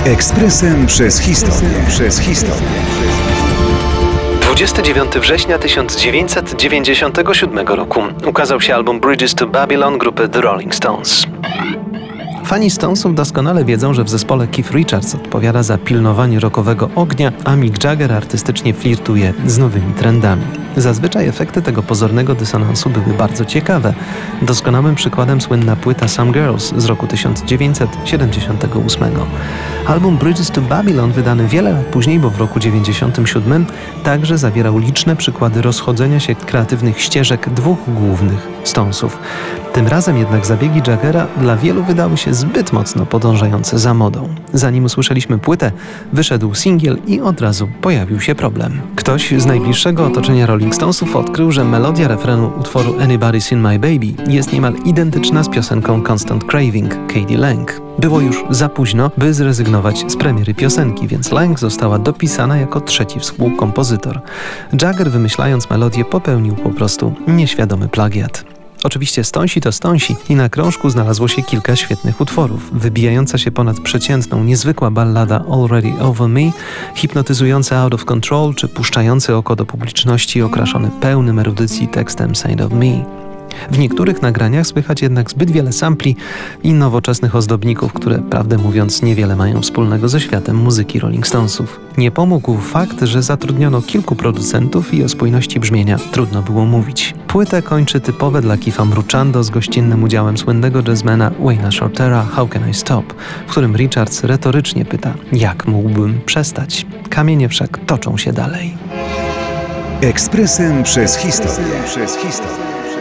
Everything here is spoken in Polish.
Ekspresem przez historię. 29 września 1997 roku ukazał się album Bridges to Babylon grupy The Rolling Stones. Fani Stonesów doskonale wiedzą, że w zespole Keith Richards odpowiada za pilnowanie rockowego ognia, a Mick Jagger artystycznie flirtuje z nowymi trendami. Zazwyczaj efekty tego pozornego dysonansu były bardzo ciekawe. Doskonałym przykładem słynna płyta Some Girls z roku 1978. Album Bridges to Babylon, wydany wiele lat później, bo w roku 1997, także zawierał liczne przykłady rozchodzenia się kreatywnych ścieżek dwóch głównych Stonesów. Tym razem jednak zabiegi Jaggera dla wielu wydały się zbyt mocno podążające za modą. Zanim usłyszeliśmy płytę, wyszedł singiel i od razu pojawił się problem. Ktoś z najbliższego otoczenia Rolling Stonesów odkrył, że melodia refrenu utworu Anybody's Seen My Baby jest niemal identyczna z piosenką Constant Craving K.D. Lang. Było już za późno, by zrezygnować z premiery piosenki, więc Lang została dopisana jako trzeci współkompozytor. Jagger, wymyślając melodię, popełnił po prostu nieświadomy plagiat. Oczywiście Stonesi to Stonesi i na krążku znalazło się kilka świetnych utworów. Wybijająca się ponad przeciętną, niezwykła ballada Already Over Me, hipnotyzujący Out of Control czy puszczający oko do publiczności okraszony pełnym erudycji tekstem Saint of Me. W niektórych nagraniach słychać jednak zbyt wiele sampli i nowoczesnych ozdobników, które, prawdę mówiąc, niewiele mają wspólnego ze światem muzyki Rolling Stonesów. Nie pomógł fakt, że zatrudniono kilku producentów i o spójności brzmienia trudno było mówić. Płytę kończy typowe dla Keitha mruczando z gościnnym udziałem słynnego jazzmana Wayna Shortera How Can I Stop, w którym Richards retorycznie pyta, jak mógłbym przestać. Kamienie wszak toczą się dalej. Ekspresem przez historię.